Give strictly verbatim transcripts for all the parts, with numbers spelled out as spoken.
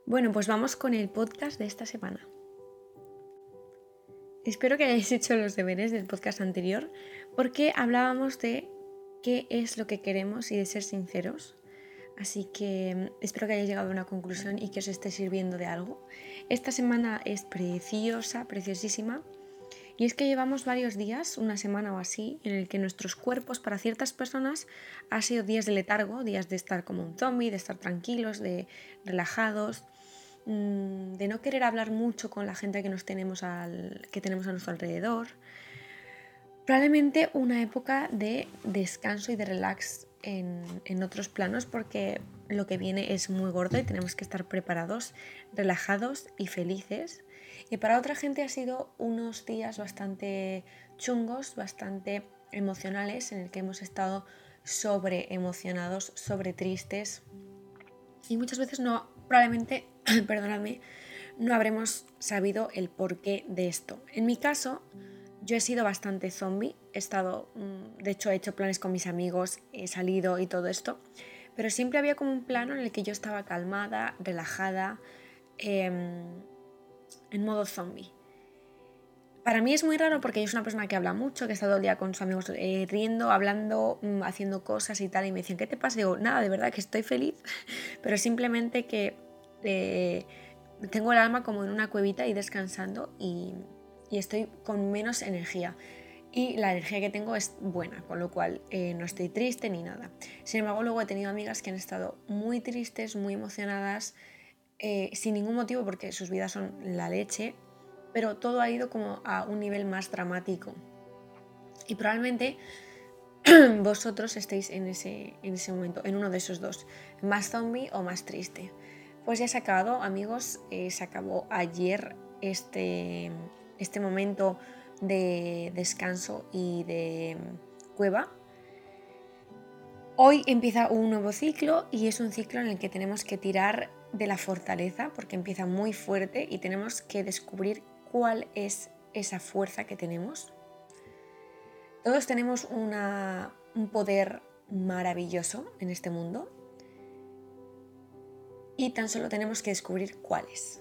Bueno, pues vamos con el podcast de esta semana. Espero que hayáis hecho los deberes del podcast anterior, porque hablábamos de qué es lo que queremos y de ser sinceros. Así que espero que hayáis llegado a una conclusión y que os esté sirviendo de algo. Esta semana es preciosa, preciosísima. Y es que llevamos varios días, una semana o así, en el que nuestros cuerpos para ciertas personas han sido días de letargo, días de estar como un zombie, de estar tranquilos, de relajados, de no querer hablar mucho con la gente que, nos tenemos, al, que tenemos a nuestro alrededor. Probablemente una época de descanso y de relax en, en otros planos, porque lo que viene es muy gordo y tenemos que estar preparados, relajados y felices. Y para otra gente ha sido unos días bastante chungos, bastante emocionales, en el que hemos estado sobre emocionados, sobre tristes. Y muchas veces no, probablemente, perdonadme, no habremos sabido el porqué de esto. En mi caso, yo he sido bastante zombie, he estado, de hecho he hecho planes con mis amigos, he salido y todo esto, pero siempre había como un plano en el que yo estaba calmada, relajada, eh, en modo zombie. Para mí es muy raro porque yo soy una persona que habla mucho, que está todo el día con sus amigos eh, riendo, hablando, mmm, haciendo cosas y tal, y me decían, ¿qué te pasa? Digo, nada, de verdad que estoy feliz, pero simplemente que eh, tengo el alma como en una cuevita y descansando y, y estoy con menos energía. Y la energía que tengo es buena, con lo cual eh, no estoy triste ni nada. Sin embargo, luego he tenido amigas que han estado muy tristes, muy emocionadas, eh, sin ningún motivo porque sus vidas son la leche, pero todo ha ido como a un nivel más dramático. Y probablemente vosotros estéis en ese, en ese momento, en uno de esos dos, más zombie o más triste. Pues ya se ha acabado, amigos, eh, se acabó ayer este, este momento de descanso y de cueva. Hoy empieza un nuevo ciclo y es un ciclo en el que tenemos que tirar de la fortaleza porque empieza muy fuerte y tenemos que descubrir cuál es esa fuerza que tenemos. Todos tenemos una, un poder maravilloso en este mundo y tan solo tenemos que descubrir cuál es.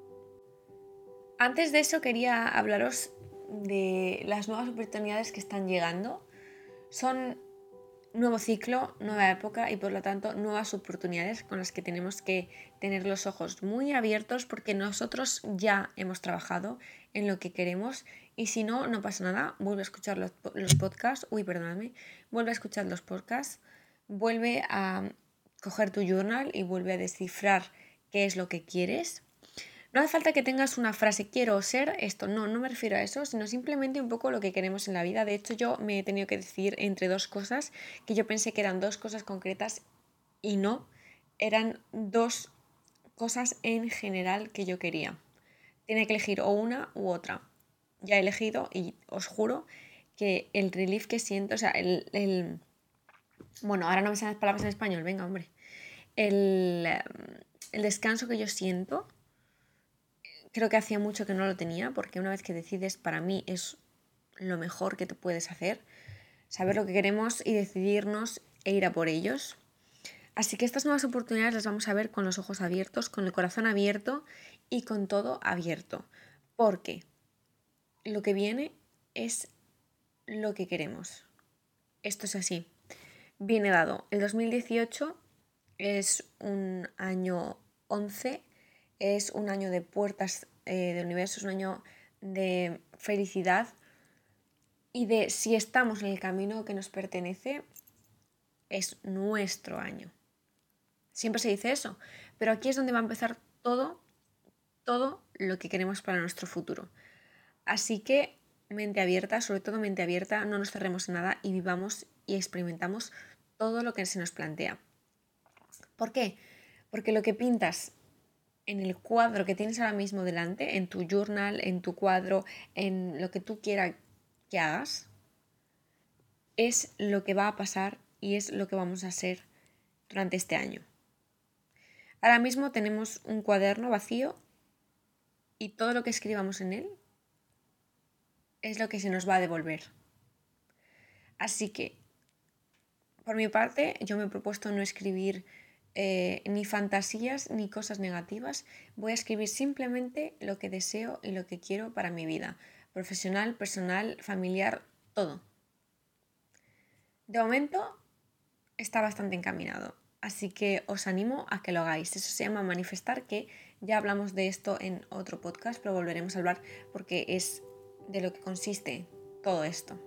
Antes de eso quería hablaros de las nuevas oportunidades que están llegando. Son nuevo ciclo, nueva época y por lo tanto nuevas oportunidades con las que tenemos que tener los ojos muy abiertos porque nosotros ya hemos trabajado en lo que queremos y si no, no pasa nada, vuelve a escuchar los, los podcasts, uy, perdóname, vuelve a escuchar los podcasts, vuelve a coger tu journal y vuelve a descifrar qué es lo que quieres. No hace falta que tengas una frase, quiero ser esto, no, no me refiero a eso, sino simplemente un poco lo que queremos en la vida. De hecho, yo me he tenido que decidir entre dos cosas que yo pensé que eran dos cosas concretas y no, eran dos cosas en general que yo quería. Tenía que elegir o una u otra. Ya he elegido y os juro que el relief que siento, o sea, el... el bueno, ahora no me salen las palabras en español, venga, hombre. El, el descanso que yo siento... Creo que hacía mucho que no lo tenía porque una vez que decides, para mí es lo mejor que te puedes hacer, saber lo que queremos y decidirnos e ir a por ellos. Así que estas nuevas oportunidades las vamos a ver con los ojos abiertos, con el corazón abierto y con todo abierto. Porque lo que viene es lo que queremos. Esto es así. Viene dado. El dos mil dieciocho es un año once, es un año de puertas eh, del universo, es un año de felicidad y de si estamos en el camino que nos pertenece, es nuestro año. Siempre se dice eso, pero aquí es donde va a empezar todo, todo lo que queremos para nuestro futuro. Así que mente abierta, sobre todo mente abierta, no nos cerremos en nada y vivamos y experimentamos todo lo que se nos plantea. ¿Por qué? Porque lo que pintas en el cuadro que tienes ahora mismo delante, en tu journal, en tu cuadro, en lo que tú quieras que hagas, es lo que va a pasar y es lo que vamos a hacer durante este año. Ahora mismo tenemos un cuaderno vacío y todo lo que escribamos en él es lo que se nos va a devolver. Así que, por mi parte, yo me he propuesto no escribir eh, ni fantasías ni cosas negativas. Voy a escribir simplemente lo que deseo y lo que quiero para mi vida, profesional, personal, familiar, todo. De momento está bastante encaminado, así que os animo a que lo hagáis. Eso se llama manifestar, que ya hablamos de esto en otro podcast, pero volveremos a hablar porque es de lo que consiste todo esto.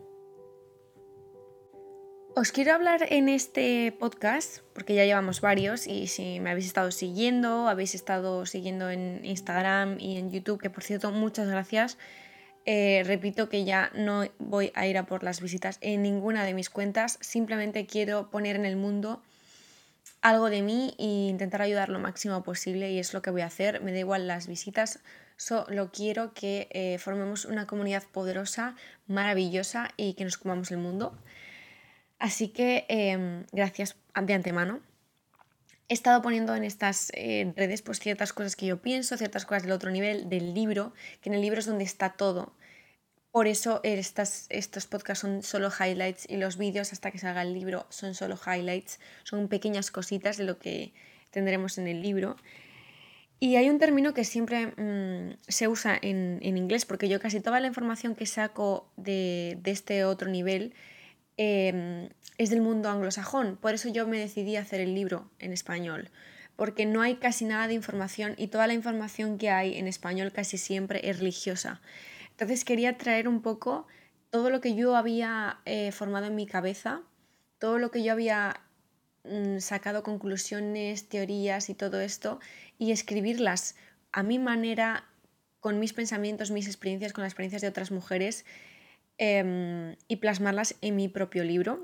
Os quiero hablar en este podcast, porque ya llevamos varios, y si me habéis estado siguiendo, habéis estado siguiendo en Instagram y en YouTube, que por cierto, muchas gracias. Eh, repito que ya no voy a ir a por las visitas en ninguna de mis cuentas, simplemente quiero poner en el mundo algo de mí e intentar ayudar lo máximo posible, y es lo que voy a hacer. Me da igual las visitas, solo quiero que eh, formemos una comunidad poderosa, maravillosa y que nos comamos el mundo. Así que eh, gracias de antemano. He estado poniendo en estas eh, redes pues, ciertas cosas que yo pienso, ciertas cosas del otro nivel, del libro, que en el libro es donde está todo. Por eso estas, estos podcasts son solo highlights y los vídeos hasta que salga el libro son solo highlights, son pequeñas cositas de lo que tendremos en el libro. Y hay un término que siempre mmm, se usa en, en inglés, porque yo casi toda la información que saco de, de este otro nivel eh, es del mundo anglosajón. Por eso yo me decidí a hacer el libro en español, porque no hay casi nada de información y toda la información que hay en español casi siempre es religiosa. Entonces quería traer un poco todo lo que yo había eh, formado en mi cabeza, todo lo que yo había mm, sacado conclusiones, teorías y todo esto, y escribirlas a mi manera, con mis pensamientos, mis experiencias, con las experiencias de otras mujeres, eh, y plasmarlas en mi propio libro.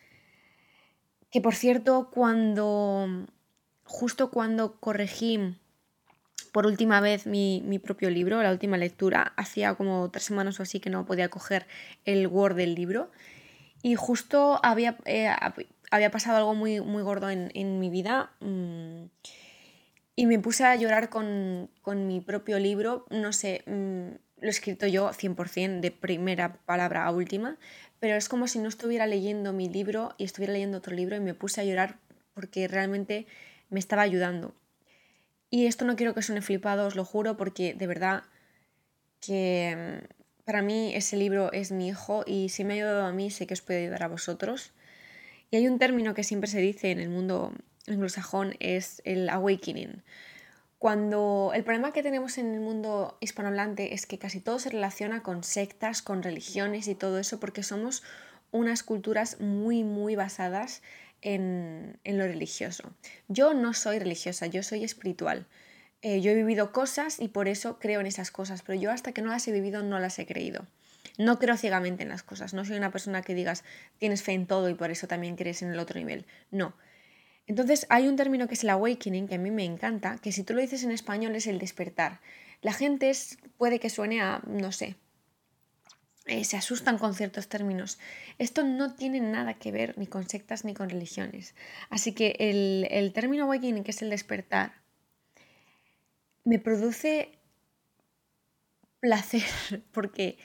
Que por cierto, cuando justo cuando corregí por última vez mi, mi propio libro, la última lectura, hacía como tres semanas o así que no podía coger el Word del libro, y justo había, eh, había pasado algo muy, muy gordo en, en mi vida, mmm, y me puse a llorar con, con mi propio libro. No sé, mmm, lo he escrito yo cien por ciento de primera palabra a última, pero es como si no estuviera leyendo mi libro y estuviera leyendo otro libro, y me puse a llorar porque realmente me estaba ayudando. Y esto no quiero que suene flipado, os lo juro, porque de verdad que para mí ese libro es mi hijo, y si me ha ayudado a mí, sé que os puede ayudar a vosotros. Y hay un término que siempre se dice en el mundo anglosajón, es el awakening. Cuando el problema que tenemos en el mundo hispanohablante es que casi todo se relaciona con sectas, con religiones y todo eso, porque somos unas culturas muy, muy basadas en, en lo religioso. Yo no soy religiosa, yo soy espiritual. Eh, yo he vivido cosas y por eso creo en esas cosas, pero yo hasta que no las he vivido no las he creído. No creo ciegamente en las cosas, no soy una persona que digas tienes fe en todo y por eso también crees en el otro nivel. No. Entonces hay un término que es el awakening, que a mí me encanta, que si tú lo dices en español es el despertar. La gente es, puede que suene a, no sé, eh, se asustan con ciertos términos. Esto no tiene nada que ver ni con sectas ni con religiones. Así que el, el término awakening, que es el despertar, me produce placer porque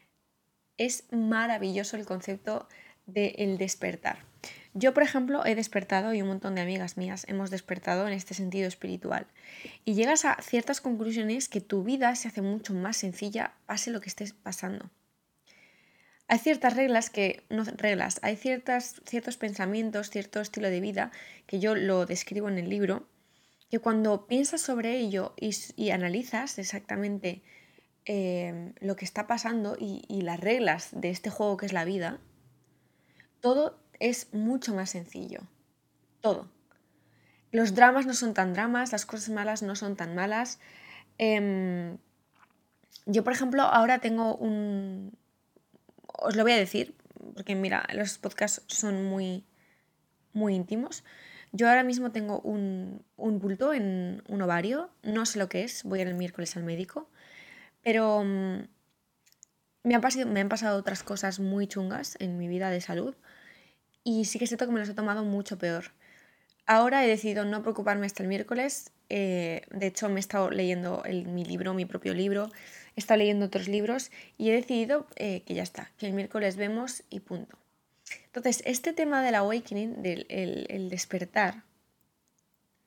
es maravilloso el concepto del despertar. Yo, por ejemplo, he despertado, y un montón de amigas mías hemos despertado en este sentido espiritual. Y llegas a ciertas conclusiones que tu vida se hace mucho más sencilla, pase lo que estés pasando. Hay ciertas reglas que, no reglas, hay ciertas, ciertos pensamientos, cierto estilo de vida, que yo lo describo en el libro, que cuando piensas sobre ello y, y analizas exactamente eh, lo que está pasando y, y las reglas de este juego que es la vida, todo es mucho más sencillo. Todo. Los dramas no son tan dramas, las cosas malas no son tan malas. Eh, yo, por ejemplo, ahora tengo un... Os lo voy a decir, porque mira, los podcasts son muy, muy íntimos. Yo ahora mismo tengo un, un bulto en un ovario, no sé lo que es, voy el miércoles al médico, pero um, me, han pasado, me han pasado otras cosas muy chungas en mi vida de salud, y sí que siento que me los he tomado mucho peor. Ahora he decidido no preocuparme hasta el miércoles. Eh, de hecho, me he estado leyendo el, mi libro, mi propio libro, he estado leyendo otros libros, y he decidido eh, que ya está, que el miércoles vemos y punto. Entonces, este tema del awakening, del el, el despertar,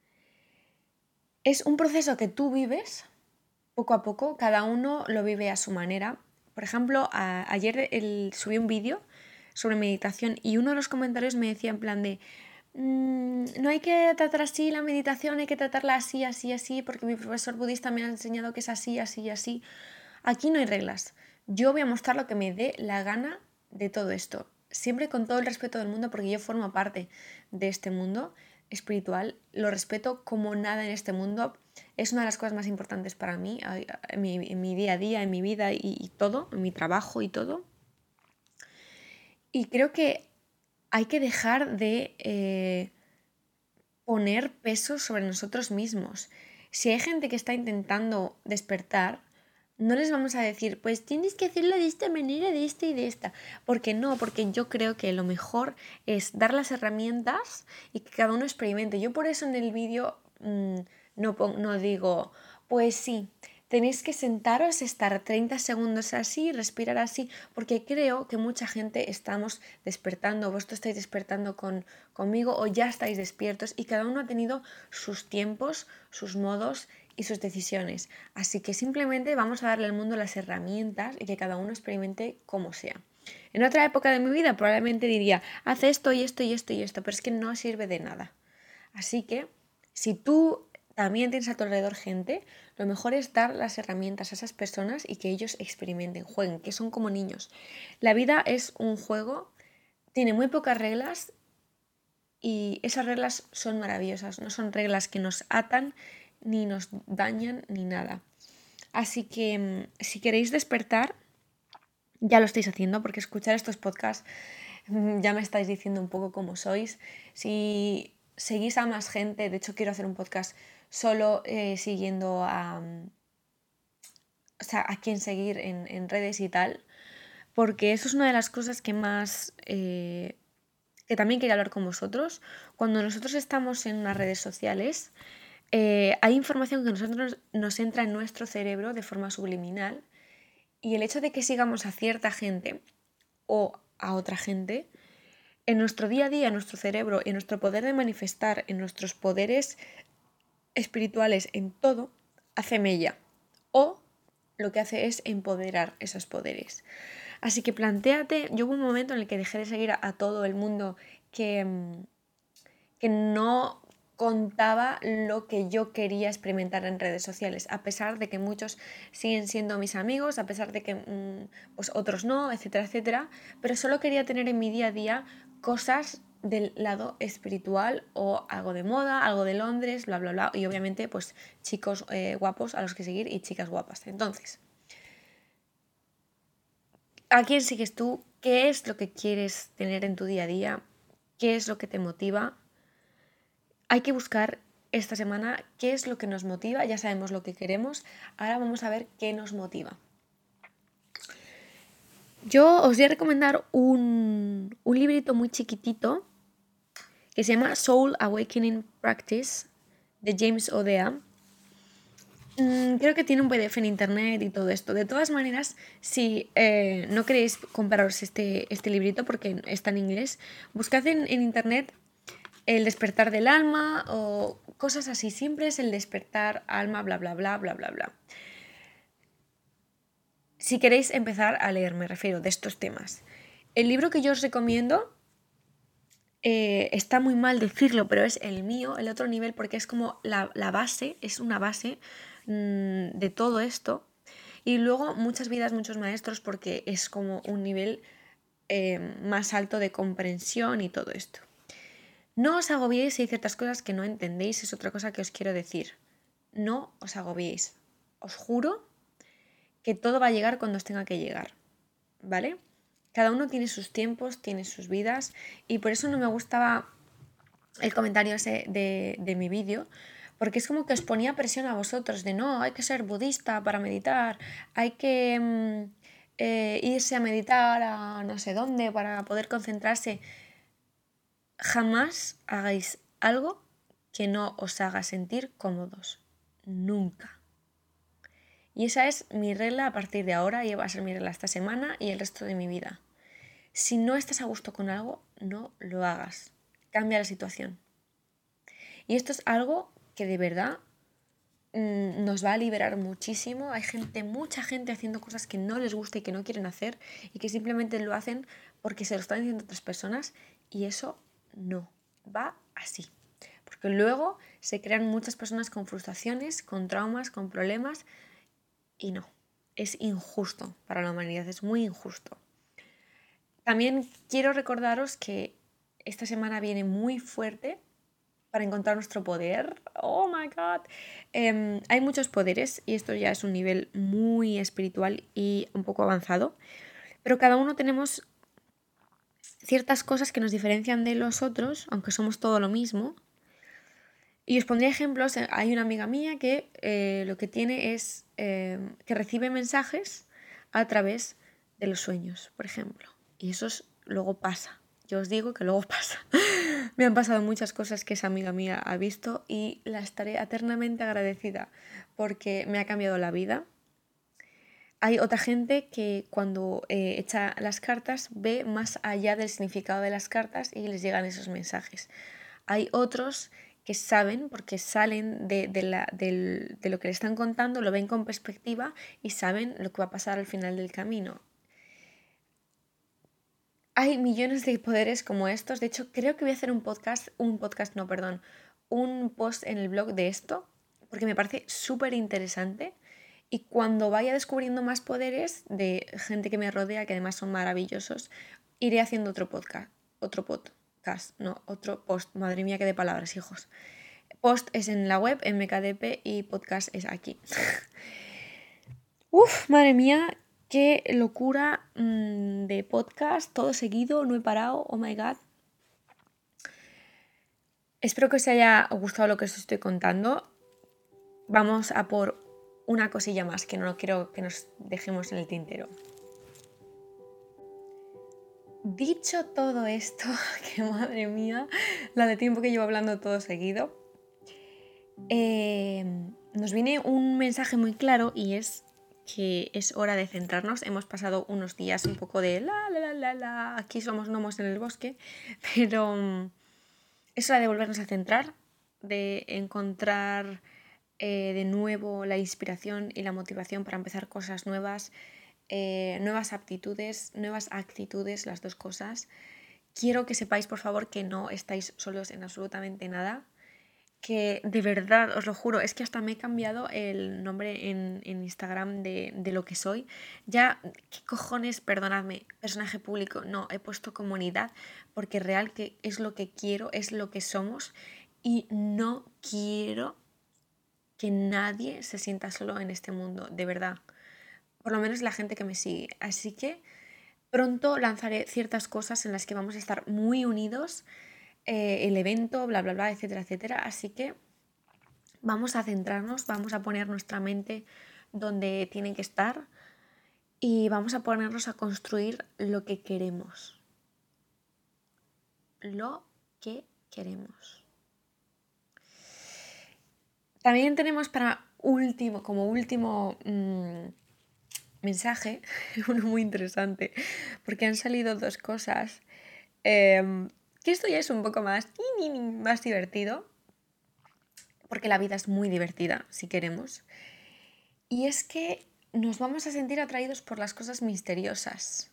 Es un proceso que tú vives poco a poco, cada uno lo vive a su manera. Por ejemplo, a- ayer el- subí un vídeo sobre meditación y uno de los comentarios me decía en plan de "Mm, no hay que tratar así la meditación, hay que tratarla así, así, así, porque mi profesor budista me ha enseñado que es así, así, así". Aquí no hay reglas. Yo voy a mostrar lo que me dé la gana de todo esto. Siempre con todo el respeto del mundo, porque yo formo parte de este mundo espiritual. Lo respeto como nada en este mundo. Es una de las cosas más importantes para mí, a- a- en mi, en mi día a día, en mi vida y, y todo, en mi trabajo y todo. Y creo que hay que dejar de eh, poner peso sobre nosotros mismos. Si hay gente que está intentando despertar, no les vamos a decir, pues tienes que hacerlo de esta manera, de esta y de esta. Porque no, porque yo creo que lo mejor es dar las herramientas y que cada uno experimente. Yo por eso en el vídeo mmm, no, no digo, pues sí, tenéis que sentaros, estar treinta segundos así, respirar así, porque creo que mucha gente estamos despertando, vosotros estáis despertando con, conmigo o ya estáis despiertos y cada uno ha tenido sus tiempos, sus modos y sus decisiones. Así que simplemente vamos a darle al mundo las herramientas y que cada uno experimente como sea. En otra época de mi vida probablemente diría, haz esto y esto y esto y esto, pero es que no sirve de nada. Así que si tú también tienes a tu alrededor gente, lo mejor es dar las herramientas a esas personas y que ellos experimenten, jueguen, que son como niños. La vida es un juego, tiene muy pocas reglas y esas reglas son maravillosas, no son reglas que nos atan, ni nos dañan, ni nada. Así que si queréis despertar, ya lo estáis haciendo, porque escuchar estos podcasts ya me estáis diciendo un poco cómo sois. Si seguís a más gente, de hecho quiero hacer un podcast solo eh, siguiendo a, o sea, a quién seguir en, en redes y tal, porque eso es una de las cosas que más, eh, que también quería hablar con vosotros. Cuando nosotros estamos en unas redes sociales, eh, hay información que nosotros nos entra en nuestro cerebro de forma subliminal y el hecho de que sigamos a cierta gente o a otra gente, en nuestro día a día, en nuestro cerebro, en nuestro poder de manifestar, en nuestros poderes espirituales, en todo, hace mella. O lo que hace es empoderar esos poderes. Así que plantéate, yo hubo un momento en el que dejé de seguir a, a todo el mundo que, que no contaba lo que yo quería experimentar en redes sociales, a pesar de que muchos siguen siendo mis amigos, a pesar de que mmm, pues otros no, etcétera, etcétera, pero solo quería tener en mi día a día cosas del lado espiritual o algo de moda, algo de Londres, bla, bla, bla, y obviamente pues chicos eh, guapos a los que seguir y chicas guapas. Entonces, ¿a quién sigues tú? ¿Qué es lo que quieres tener en tu día a día? ¿Qué es lo que te motiva? Hay que buscar esta semana qué es lo que nos motiva, ya sabemos lo que queremos, ahora vamos a ver qué nos motiva. Yo os voy a recomendar un, un librito muy chiquitito que se llama Soul Awakening Practice de James O'Dea. Mm, creo que tiene un P D F en internet y todo esto. De todas maneras, si eh, no queréis compraros este, este librito porque está en inglés, buscad en, en internet el despertar del alma o cosas así. Siempre es el despertar alma, bla, bla, bla, bla, bla, bla. Si queréis empezar a leer, me refiero, de estos temas. El libro que yo os recomiendo, eh, está muy mal decirlo, pero es el mío, el otro nivel, porque es como la, la base, es una base mmm, de todo esto. Y luego muchas vidas, muchos maestros, porque es como un nivel eh, más alto de comprensión y todo esto. No os agobiéis si hay ciertas cosas que no entendéis, es otra cosa que os quiero decir. No os agobiéis. Os juro que todo va a llegar cuando os tenga que llegar, ¿vale? Cada uno tiene sus tiempos, tiene sus vidas y por eso no me gustaba el comentario ese de, de mi vídeo, porque es como que os ponía presión a vosotros de no, hay que ser budista para meditar, hay que mm, eh, irse a meditar a no sé dónde para poder concentrarse. Jamás hagáis algo que no os haga sentir cómodos. Nunca. Y esa es mi regla a partir de ahora y va a ser mi regla esta semana y el resto de mi vida. Si no estás a gusto con algo, no lo hagas. Cambia la situación. Y esto es algo que de verdad mm, nos va a liberar muchísimo. Hay gente, mucha gente haciendo cosas que no les gusta y que no quieren hacer y que simplemente lo hacen porque se lo están diciendo otras personas y eso no va así. Porque luego se crean muchas personas con frustraciones, con traumas, con problemas y no. Es injusto para la humanidad, es muy injusto. También quiero recordaros que esta semana viene muy fuerte para encontrar nuestro poder. Oh my god. Eh, hay muchos poderes y esto ya es un nivel muy espiritual y un poco avanzado, pero cada uno tenemos ciertas cosas que nos diferencian de los otros, aunque somos todo lo mismo. Y os pondré ejemplos. Hay una amiga mía que eh, lo que tiene es eh, que recibe mensajes a través de los sueños, por ejemplo. Y eso es- luego pasa. Yo os digo que luego pasa. Me han pasado muchas cosas que esa amiga mía ha visto y la estaré eternamente agradecida porque me ha cambiado la vida. Hay otra gente que cuando eh, echa las cartas ve más allá del significado de las cartas y les llegan esos mensajes. Hay otros que saben, porque salen de, de la- del- de lo que le están contando, lo ven con perspectiva y saben lo que va a pasar al final del camino. Hay millones de poderes como estos. De hecho, creo que voy a hacer un podcast, un podcast, no, perdón, un post en el blog de esto, porque me parece súper interesante. Y cuando vaya descubriendo más poderes de gente que me rodea, que además son maravillosos, iré haciendo otro podcast, otro podcast, no, otro post. Madre mía, qué de palabras, hijos. Post es en la web, en M K D P, y podcast es aquí. Uf, madre mía, qué locura mmm, de podcast, todo seguido, no he parado, oh my god. Espero que os haya gustado lo que os estoy contando. Vamos a por una cosilla más, que no quiero que nos dejemos en el tintero. Dicho todo esto, que madre mía, la de tiempo que llevo hablando todo seguido, eh, nos viene un mensaje muy claro y es que es hora de centrarnos. Hemos pasado unos días un poco de la, la, la, la, la, aquí somos gnomos en el bosque, pero mm, es hora de volvernos a centrar, de encontrar eh, de nuevo la inspiración y la motivación para empezar cosas nuevas, eh, nuevas aptitudes, nuevas actitudes, las dos cosas. Quiero que sepáis, por favor, que no estáis solos en absolutamente nada, que de verdad, os lo juro, es que hasta me he cambiado el nombre en, en Instagram de, de lo que soy. Ya, ¿qué cojones? Perdonadme, personaje público. No, he puesto comunidad porque real que es lo que quiero, es lo que somos y no quiero que nadie se sienta solo en este mundo, de verdad. Por lo menos la gente que me sigue. Así que pronto lanzaré ciertas cosas en las que vamos a estar muy unidos, eh, el evento, bla, bla, bla, etcétera, etcétera. Así que vamos a centrarnos, vamos a poner nuestra mente donde tiene que estar y vamos a ponernos a construir lo que queremos. Lo que queremos. También tenemos para último, como último mmm, mensaje, uno muy interesante, porque han salido dos cosas, eh, que esto ya es un poco más, más divertido, porque la vida es muy divertida, si queremos. Y es que nos vamos a sentir atraídos por las cosas misteriosas.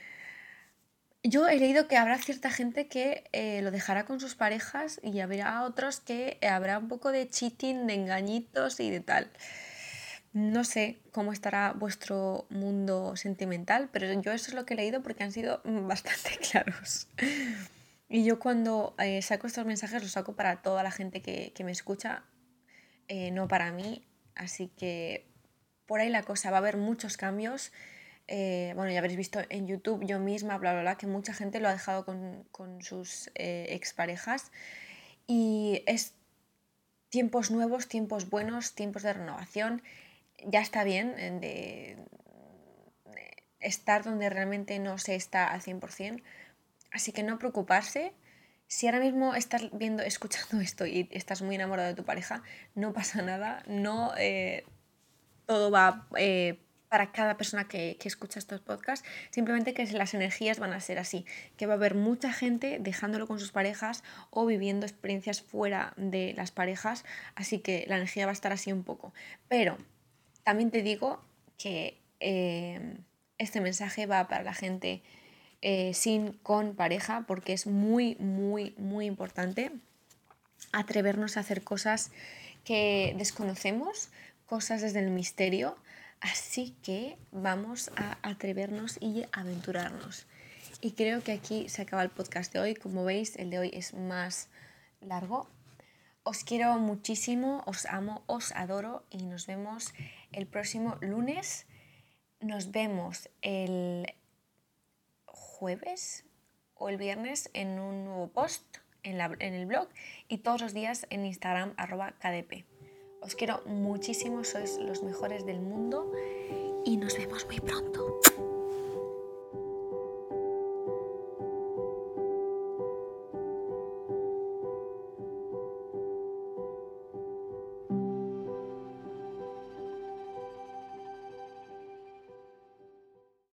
Yo he leído que habrá cierta gente que eh, lo dejará con sus parejas y habrá otros que eh, habrá un poco de cheating, de engañitos y de tal. No sé cómo estará vuestro mundo sentimental, pero yo eso es lo que he leído porque han sido mm, bastante claros. Y yo cuando eh, saco estos mensajes los saco para toda la gente que, que me escucha, eh, no para mí. Así que por ahí la cosa, va a haber muchos cambios. Eh, bueno, ya habréis visto en YouTube yo misma, bla, bla, bla, que mucha gente lo ha dejado con, con sus eh, exparejas. Y es tiempos nuevos, tiempos buenos, tiempos de renovación. Ya está bien eh, de, de estar donde realmente no se está al cien por ciento. Así que no preocuparse. Si ahora mismo estás viendo, escuchando esto y estás muy enamorado de tu pareja, no pasa nada. No, eh, todo va eh, para para cada persona que, que escucha estos podcasts, simplemente que las energías van a ser así, que va a haber mucha gente dejándolo con sus parejas o viviendo experiencias fuera de las parejas, así que la energía va a estar así un poco. Pero también te digo que eh, este mensaje va para la gente eh, sin, con pareja, porque es muy, muy, muy importante atrevernos a hacer cosas que desconocemos, cosas desde el misterio, así que vamos a atrevernos y aventurarnos. Y creo que aquí se acaba el podcast de hoy. Como veis, el de hoy es más largo. Os quiero muchísimo, os amo, os adoro y nos vemos el próximo lunes. Nos vemos el jueves o el viernes en un nuevo post en, la, en el blog y todos los días en Instagram arroba kdp. Os quiero muchísimo, sois los mejores del mundo y nos vemos muy pronto.